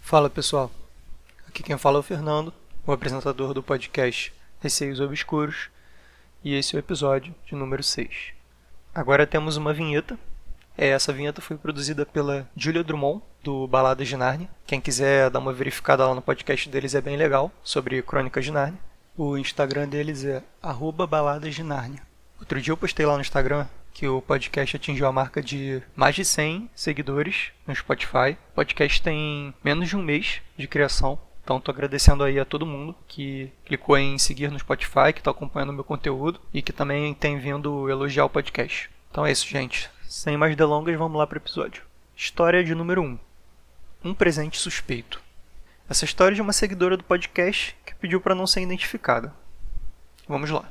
Fala pessoal, aqui quem fala é o Fernando, o apresentador do podcast Receios Obscuros, e esse é o episódio de número 6. Agora temos uma vinheta. Essa vinheta foi produzida pela Julia Drummond, do Baladas de Nárnia. Quem quiser dar uma verificada lá no podcast deles é bem legal, sobre Crônicas de Nárnia. O Instagram deles é @baladasdenarnia. Outro dia eu postei lá no Instagram que o podcast atingiu a marca de mais de 100 seguidores no Spotify. O podcast tem menos de um mês de criação, então estou agradecendo aí a todo mundo que clicou em seguir no Spotify, que está acompanhando o meu conteúdo e que também tem vindo elogiar o podcast. Então é isso, gente. Sem mais delongas, vamos lá para o episódio. História de número 1. Um presente suspeito. Essa história é de uma seguidora do podcast que pediu para não ser identificada. Vamos lá.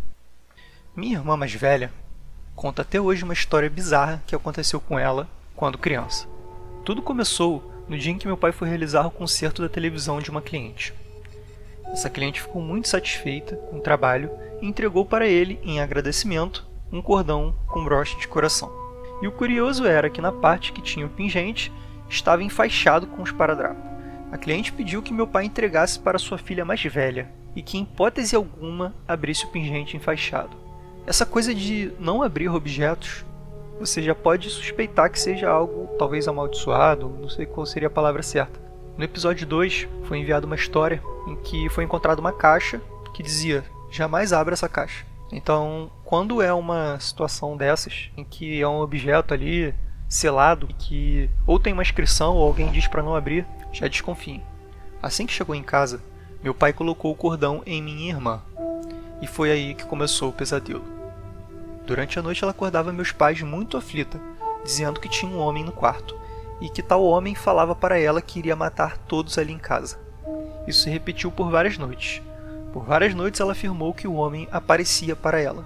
Minha irmã mais velha conta até hoje uma história bizarra que aconteceu com ela quando criança. Tudo começou no dia em que meu pai foi realizar o conserto da televisão de uma cliente. Essa cliente ficou muito satisfeita com o trabalho e entregou para ele, em agradecimento, um cordão com broche de coração. E o curioso era que na parte que tinha o pingente estava enfaixado com esparadrapo. A cliente pediu que meu pai entregasse para sua filha mais velha e que, em hipótese alguma, abrisse o pingente enfaixado. Essa coisa de não abrir objetos, você já pode suspeitar que seja algo talvez amaldiçoado, não sei qual seria a palavra certa. No episódio 2 foi enviada uma história em que foi encontrada uma caixa que dizia: jamais abra essa caixa. Então, quando é uma situação dessas, em que é um objeto ali selado, que ou tem uma inscrição ou alguém diz para não abrir, já desconfiem. Assim que chegou em casa, meu pai colocou o cordão em minha irmã. E foi aí que começou o pesadelo. Durante a noite ela acordava meus pais muito aflita, dizendo que tinha um homem no quarto, e que tal homem falava para ela que iria matar todos ali em casa. Isso se repetiu por várias noites. Por várias noites ela afirmou que o homem aparecia para ela.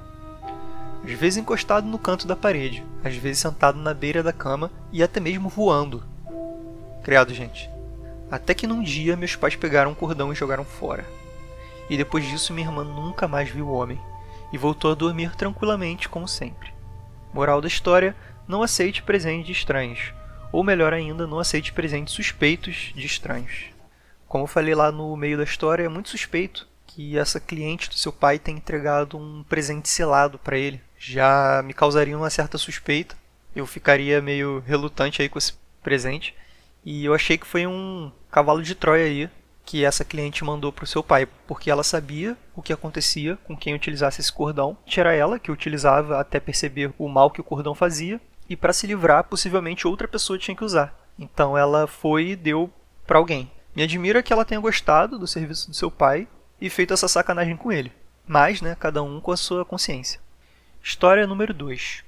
Às vezes encostado no canto da parede, às vezes sentado na beira da cama e até mesmo voando. Criado, gente. Até que num dia meus pais pegaram um cordão e jogaram fora. E depois disso minha irmã nunca mais viu o homem, e voltou a dormir tranquilamente como sempre. Moral da história: não aceite presentes de estranhos, ou melhor ainda, não aceite presentes suspeitos de estranhos. Como eu falei lá no meio da história, é muito suspeito que essa cliente do seu pai tenha entregado um presente selado para ele. Já me causaria uma certa suspeita, eu ficaria meio relutante aí com esse presente, e eu achei que foi um cavalo de Troia aí, que essa cliente mandou para o seu pai, porque ela sabia o que acontecia com quem utilizasse esse cordão. Era ela que utilizava até perceber o mal que o cordão fazia, e para se livrar, possivelmente outra pessoa tinha que usar. Então ela foi e deu para alguém. Me admira que ela tenha gostado do serviço do seu pai e feito essa sacanagem com ele. Mas, cada um com a sua consciência. História número 2.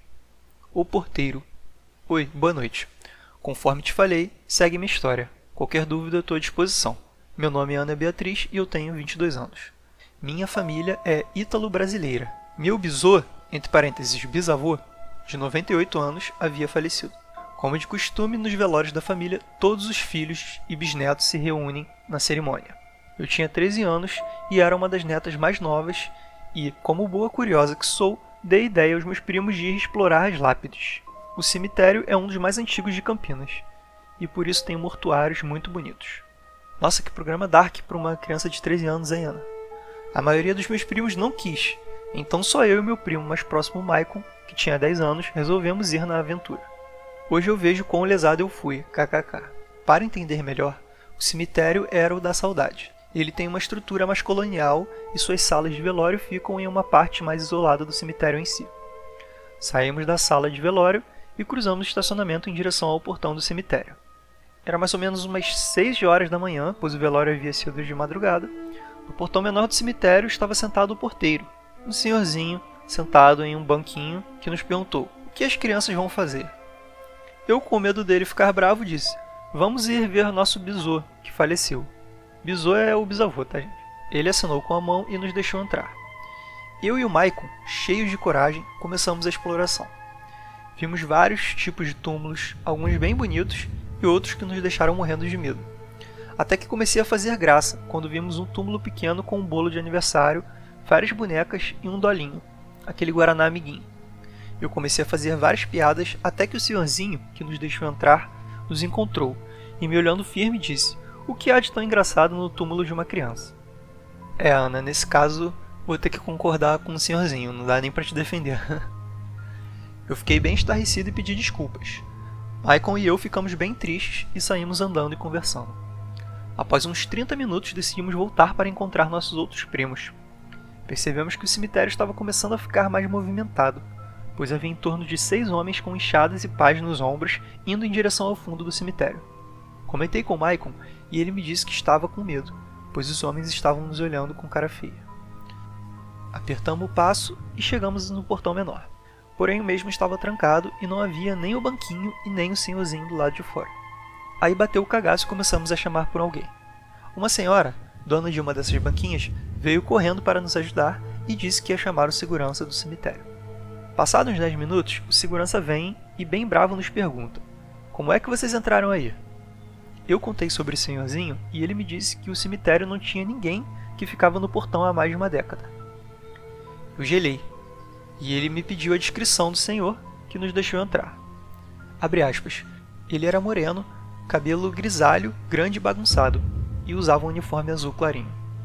O porteiro. Oi, boa noite. Conforme te falei, segue minha história. Qualquer dúvida, estou à disposição. Meu nome é Ana Beatriz e eu tenho 22 anos. Minha família é ítalo-brasileira. Meu bisô, entre parênteses bisavô, de 98 anos, havia falecido. Como de costume, nos velórios da família, todos os filhos e bisnetos se reúnem na cerimônia. Eu tinha 13 anos e era uma das netas mais novas e, como boa curiosa que sou, dei ideia aos meus primos de ir explorar as lápides. O cemitério é um dos mais antigos de Campinas e por isso tem mortuários muito bonitos. Nossa, que programa dark para uma criança de 13 anos, hein, Ana? A maioria dos meus primos não quis, então só eu e meu primo mais próximo, Maicon, que tinha 10 anos, resolvemos ir na aventura. Hoje eu vejo quão lesado eu fui, kkk. Para entender melhor, o cemitério era o da saudade. Ele tem uma estrutura mais colonial e suas salas de velório ficam em uma parte mais isolada do cemitério em si. Saímos da sala de velório e cruzamos o estacionamento em direção ao portão do cemitério. Era mais ou menos umas 6 horas da manhã, pois o velório havia sido de madrugada. No portão menor do cemitério estava sentado o porteiro, um senhorzinho sentado em um banquinho, que nos perguntou: o que as crianças vão fazer? Eu, com medo dele ficar bravo, disse: vamos ir ver nosso bisô, que faleceu. Bisô é o bisavô, tá, gente? Ele assinou com a mão e nos deixou entrar. Eu e o Maicon, cheios de coragem, começamos a exploração. Vimos vários tipos de túmulos, alguns bem bonitos e outros que nos deixaram morrendo de medo. Até que comecei a fazer graça quando vimos um túmulo pequeno com um bolo de aniversário, várias bonecas e um dolinho, aquele guaraná amiguinho. Eu comecei a fazer várias piadas até que o senhorzinho, que nos deixou entrar, nos encontrou e, me olhando firme, disse: O que há de tão engraçado no túmulo de uma criança? Ana, nesse caso, vou ter que concordar com o senhorzinho, não dá nem pra te defender. Eu fiquei bem estarrecido e pedi desculpas. Maicon e eu ficamos bem tristes e saímos andando e conversando. Após uns 30 minutos, decidimos voltar para encontrar nossos outros primos. Percebemos que o cemitério estava começando a ficar mais movimentado, pois havia em torno de 6 homens com enxadas e pás nos ombros indo em direção ao fundo do cemitério. Comentei com Maicon e ele me disse que estava com medo, pois os homens estavam nos olhando com cara feia. Apertamos o passo e chegamos no portão menor. Porém o mesmo estava trancado e não havia nem o banquinho e nem o senhorzinho do lado de fora. Aí bateu o cagaço e começamos a chamar por alguém. Uma senhora, dona de uma dessas banquinhas, veio correndo para nos ajudar e disse que ia chamar o segurança do cemitério. Passados uns 10 minutos, o segurança vem e bem bravo nos pergunta: "Como é que vocês entraram aí?" Eu contei sobre o senhorzinho e ele me disse que o cemitério não tinha ninguém que ficava no portão há mais de uma década. Eu gelei, e ele me pediu a descrição do senhor, que nos deixou entrar. Abre aspas. Ele era moreno, cabelo grisalho, grande e bagunçado, e usava um uniforme azul clarinho.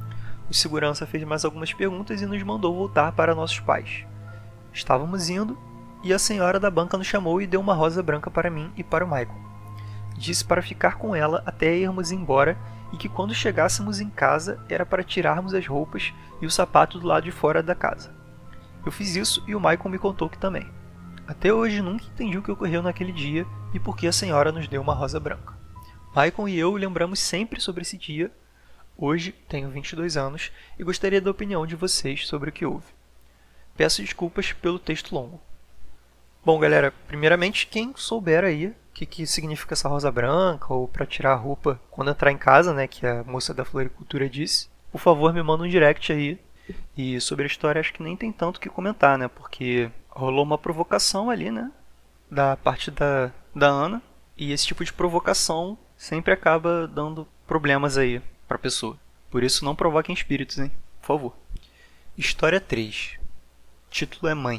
O segurança fez mais algumas perguntas e nos mandou voltar para nossos pais. Estávamos indo, e a senhora da banca nos chamou e deu uma rosa branca para mim e para o Maicon. Disse para ficar com ela até irmos embora e que quando chegássemos em casa era para tirarmos as roupas e o sapato do lado de fora da casa. Eu fiz isso e o Maicon me contou que também. Até hoje nunca entendi o que ocorreu naquele dia e por que a senhora nos deu uma rosa branca. Maicon e eu lembramos sempre sobre esse dia. Hoje tenho 22 anos e gostaria da opinião de vocês sobre o que houve. Peço desculpas pelo texto longo. Bom, galera, primeiramente, quem souber aí o que significa essa rosa branca ou para tirar a roupa quando entrar em casa, né, que a moça da floricultura disse, por favor, me manda um direct aí. E sobre a história, acho que nem tem tanto o que comentar, né, porque rolou uma provocação ali, né, da parte da Ana, e esse tipo de provocação sempre acaba dando problemas aí pra pessoa. Por isso, não provoquem espíritos, hein, por favor. História 3. Título é Mãe.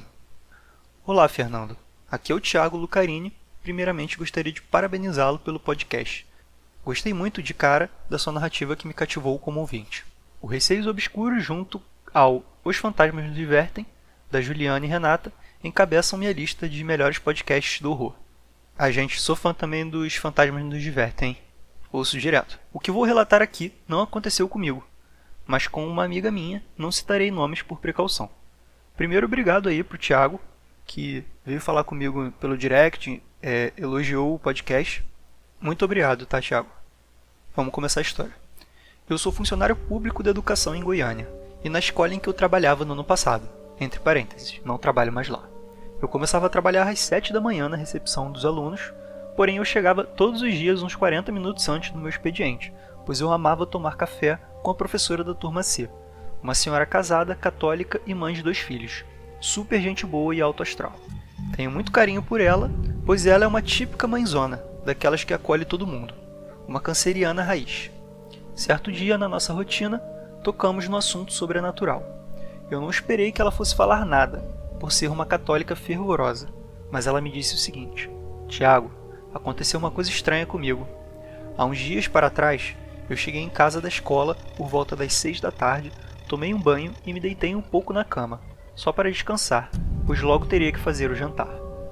Olá, Fernando. Aqui é o Thiago Lucarini. Primeiramente, gostaria de parabenizá-lo pelo podcast. Gostei muito de cara da sua narrativa que me cativou como ouvinte. O Receios Obscuros, junto ao Os Fantasmas Nos Divertem, da Juliana e Renata, encabeçam minha lista de melhores podcasts do horror. Gente, sou fã também dos Fantasmas Nos Divertem, hein? Ouço direto. O que vou relatar aqui não aconteceu comigo, mas com uma amiga minha, não citarei nomes por precaução. Primeiro, obrigado aí pro Thiago, que veio falar comigo pelo direct, elogiou o podcast. Muito obrigado, tá, Thiago? Vamos começar a história. Eu sou funcionário público da educação em Goiânia, e na escola em que eu trabalhava no ano passado, entre parênteses, não trabalho mais lá. Eu começava a trabalhar às 7 da manhã na recepção dos alunos, porém eu chegava todos os dias uns 40 minutos antes do meu expediente, pois eu amava tomar café com a professora da turma C, uma senhora casada, católica e mãe de 2 filhos, super gente boa e alto astral. Tenho muito carinho por ela, pois ela é uma típica mãezona, daquelas que acolhe todo mundo, uma canceriana raiz. Certo dia, na nossa rotina, tocamos no assunto sobrenatural. Eu não esperei que ela fosse falar nada, por ser uma católica fervorosa, mas ela me disse o seguinte: Tiago, aconteceu uma coisa estranha comigo. Há uns dias para trás, eu cheguei em casa da escola por volta das 6 da tarde, tomei um banho e me deitei um pouco na cama, só para descansar, pois logo teria que fazer o jantar.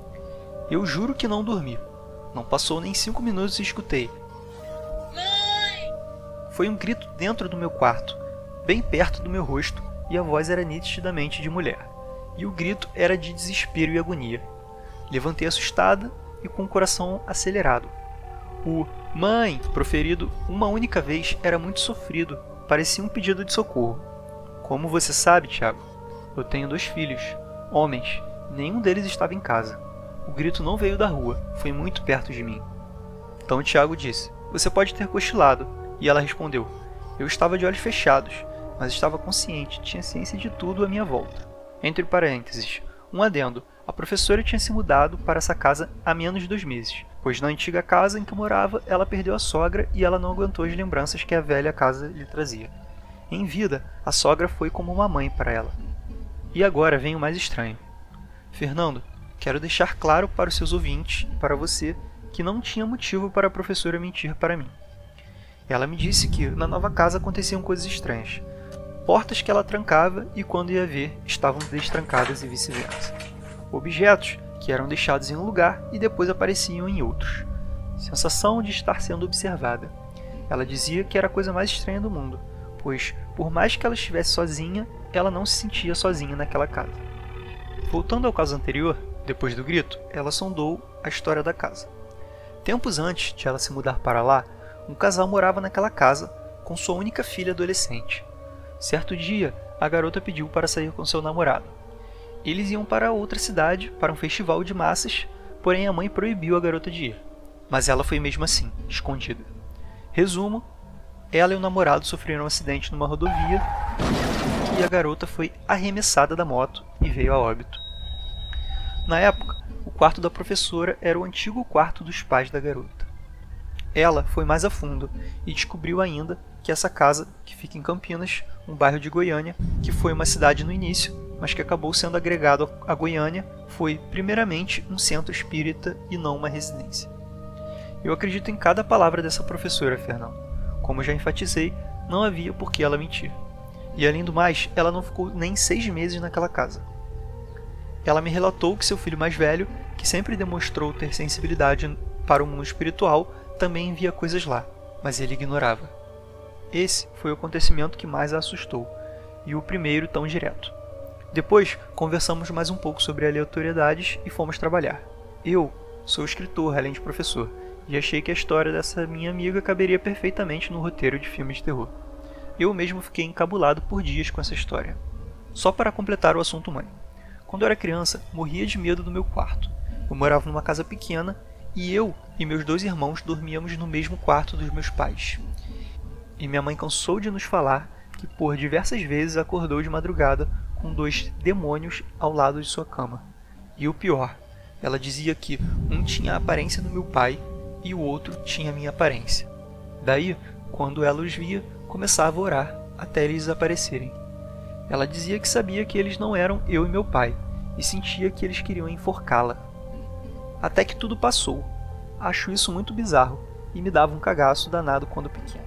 Eu juro que não dormi. Não passou nem 5 minutos e escutei: Mãe! Foi um grito dentro do meu quarto, bem perto do meu rosto, e a voz era nitidamente de mulher. E o grito era de desespero e agonia. Levantei assustada e com o coração acelerado. O "mãe", proferido uma única vez, era muito sofrido, parecia um pedido de socorro. Como você sabe, Tiago, eu tenho 2 filhos, homens, nenhum deles estava em casa. O grito não veio da rua, foi muito perto de mim. Então Tiago disse: você pode ter cochilado. E ela respondeu: eu estava de olhos fechados, mas estava consciente, tinha ciência de tudo à minha volta. Entre parênteses, um adendo: a professora tinha se mudado para essa casa há menos de 2 meses, pois na antiga casa em que morava ela perdeu a sogra e ela não aguentou as lembranças que a velha casa lhe trazia. Em vida, a sogra foi como uma mãe para ela. E agora vem o mais estranho. Fernando, quero deixar claro para os seus ouvintes e para você que não tinha motivo para a professora mentir para mim. Ela me disse que na nova casa aconteciam coisas estranhas. Portas que ela trancava e quando ia ver estavam destrancadas e vice-versa. Objetos que eram deixados em um lugar e depois apareciam em outros. Sensação de estar sendo observada. Ela dizia que era a coisa mais estranha do mundo, pois, por mais que ela estivesse sozinha, ela não se sentia sozinha naquela casa. Voltando ao caso anterior, depois do grito, ela sondou a história da casa. Tempos antes de ela se mudar para lá, um casal morava naquela casa com sua única filha adolescente. Certo dia, a garota pediu para sair com seu namorado. Eles iam para outra cidade, para um festival de massas, porém a mãe proibiu a garota de ir. Mas ela foi mesmo assim, escondida. Resumo, ela e o namorado sofreram um acidente numa rodovia e a garota foi arremessada da moto e veio a óbito. Na época, o quarto da professora era o antigo quarto dos pais da garota. Ela foi mais a fundo e descobriu ainda que essa casa, que fica em Campinas, um bairro de Goiânia, que foi uma cidade no início, mas que acabou sendo agregado a Goiânia, foi primeiramente um centro espírita e não uma residência. Eu acredito em cada palavra dessa professora, Fernando. Como já enfatizei, não havia por que ela mentir. E além do mais, ela não ficou nem 6 meses naquela casa. Ela me relatou que seu filho mais velho, que sempre demonstrou ter sensibilidade para o mundo espiritual, também via coisas lá, mas ele ignorava. Esse foi o acontecimento que mais a assustou, e o primeiro tão direto. Depois, conversamos mais um pouco sobre aleatoriedades e fomos trabalhar. Eu sou escritor, além de professor, e achei que a história dessa minha amiga caberia perfeitamente no roteiro de filme de terror. Eu mesmo fiquei encabulado por dias com essa história. Só para completar o assunto mãe. Quando eu era criança, morria de medo do meu quarto. Eu morava numa casa pequena e eu e meus 2 irmãos dormíamos no mesmo quarto dos meus pais. E minha mãe cansou de nos falar que por diversas vezes acordou de madrugada com 2 demônios ao lado de sua cama. E o pior, ela dizia que um tinha a aparência do meu pai e o outro tinha a minha aparência. Daí, quando ela os via, começava a orar até eles aparecerem. Ela dizia que sabia que eles não eram eu e meu pai, e sentia que eles queriam enforcá-la. Até que tudo passou. Acho isso muito bizarro, e me dava um cagaço danado quando pequeno.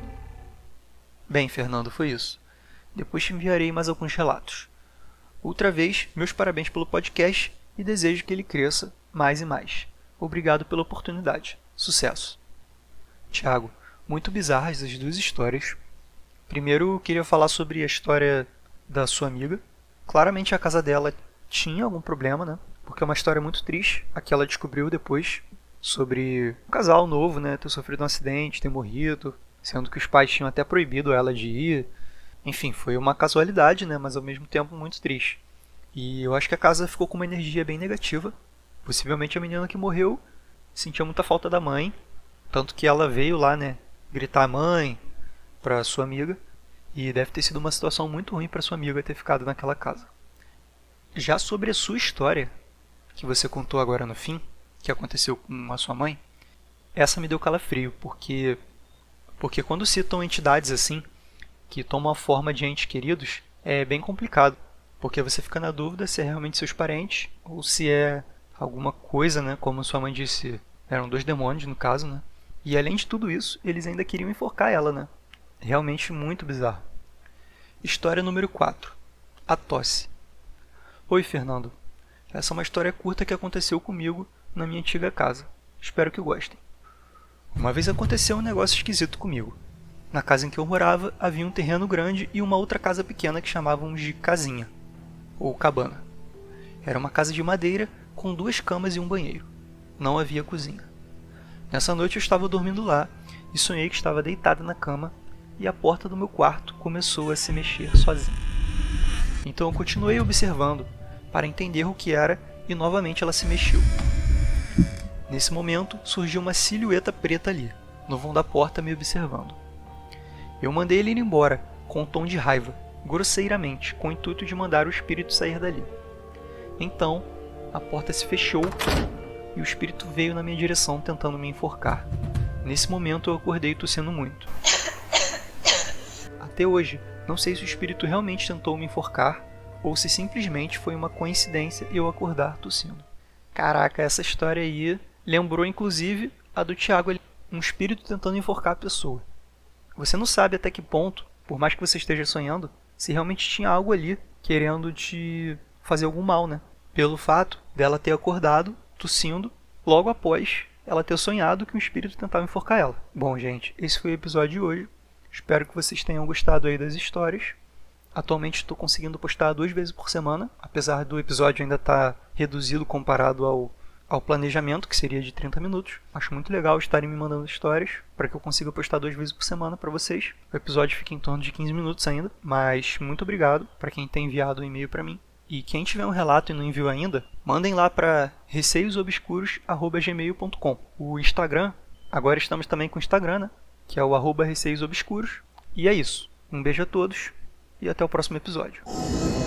Bem, Fernando, foi isso. Depois te enviarei mais alguns relatos. Outra vez, meus parabéns pelo podcast e desejo que ele cresça mais e mais. Obrigado pela oportunidade. Sucesso. Tiago, muito bizarras as 2 histórias. Primeiro, eu queria falar sobre a história da sua amiga. Claramente a casa dela tinha algum problema, né? Porque é uma história muito triste, a que ela descobriu depois, sobre um casal novo, né? Ter sofrido um acidente, ter morrido, sendo que os pais tinham até proibido ela de ir. Enfim, foi uma casualidade, né? Mas ao mesmo tempo muito triste. E eu acho que a casa ficou com uma energia bem negativa. Possivelmente a menina que morreu sentia muita falta da mãe, tanto que ela veio lá, né? Gritar mãe para sua amiga. E deve ter sido uma situação muito ruim para sua amiga ter ficado naquela casa. Já sobre a sua história, que você contou agora no fim, que aconteceu com a sua mãe, essa me deu calafrio, porque quando citam entidades assim, que tomam a forma de entes queridos, é bem complicado, porque você fica na dúvida se é realmente seus parentes, ou se é alguma coisa, né, como sua mãe disse, eram 2 demônios no caso, né, e além de tudo isso, eles ainda queriam enforcar ela, né, realmente muito bizarro. História número 4. A tosse. Oi, Fernando. Essa é uma história curta que aconteceu comigo na minha antiga casa. Espero que gostem. Uma vez aconteceu um negócio esquisito comigo. Na casa em que eu morava, havia um terreno grande e uma outra casa pequena que chamávamos de casinha, ou cabana. Era uma casa de madeira com 2 camas e um banheiro. Não havia cozinha. Nessa noite eu estava dormindo lá e sonhei que estava deitada na cama e a porta do meu quarto começou a se mexer sozinha. Então eu continuei observando para entender o que era e novamente ela se mexeu. Nesse momento surgiu uma silhueta preta ali, no vão da porta me observando. Eu mandei ele ir embora, com um tom de raiva, grosseiramente, com o intuito de mandar o espírito sair dali. Então, a porta se fechou e o espírito veio na minha direção tentando me enforcar. Nesse momento eu acordei tossindo muito. Até hoje, não sei se o espírito realmente tentou me enforcar ou se simplesmente foi uma coincidência eu acordar tossindo. Caraca, essa história aí lembrou inclusive a do Tiago, um espírito tentando enforcar a pessoa. você não sabe até que ponto, por mais que você esteja sonhando, se realmente tinha algo ali querendo te fazer algum mal, né? Pelo fato dela ter acordado, tossindo, logo após ela ter sonhado que um espírito tentava enforcar ela. Bom, gente, esse foi o episódio de hoje. Espero que vocês tenham gostado aí das histórias. Atualmente estou conseguindo postar 2 vezes por semana, apesar do episódio ainda estar reduzido comparado ao planejamento, que seria de 30 minutos. Acho muito legal estarem me mandando histórias para que eu consiga postar 2 vezes por semana para vocês. O episódio fica em torno de 15 minutos ainda, mas muito obrigado para quem tem enviado um e-mail para mim. E quem tiver um relato e não enviou ainda, mandem lá para receiosobscuros@gmail.com. O Instagram, agora estamos também com o Instagram, né? Que é o @receiosobscuros. E é isso. Um beijo a todos e até o próximo episódio.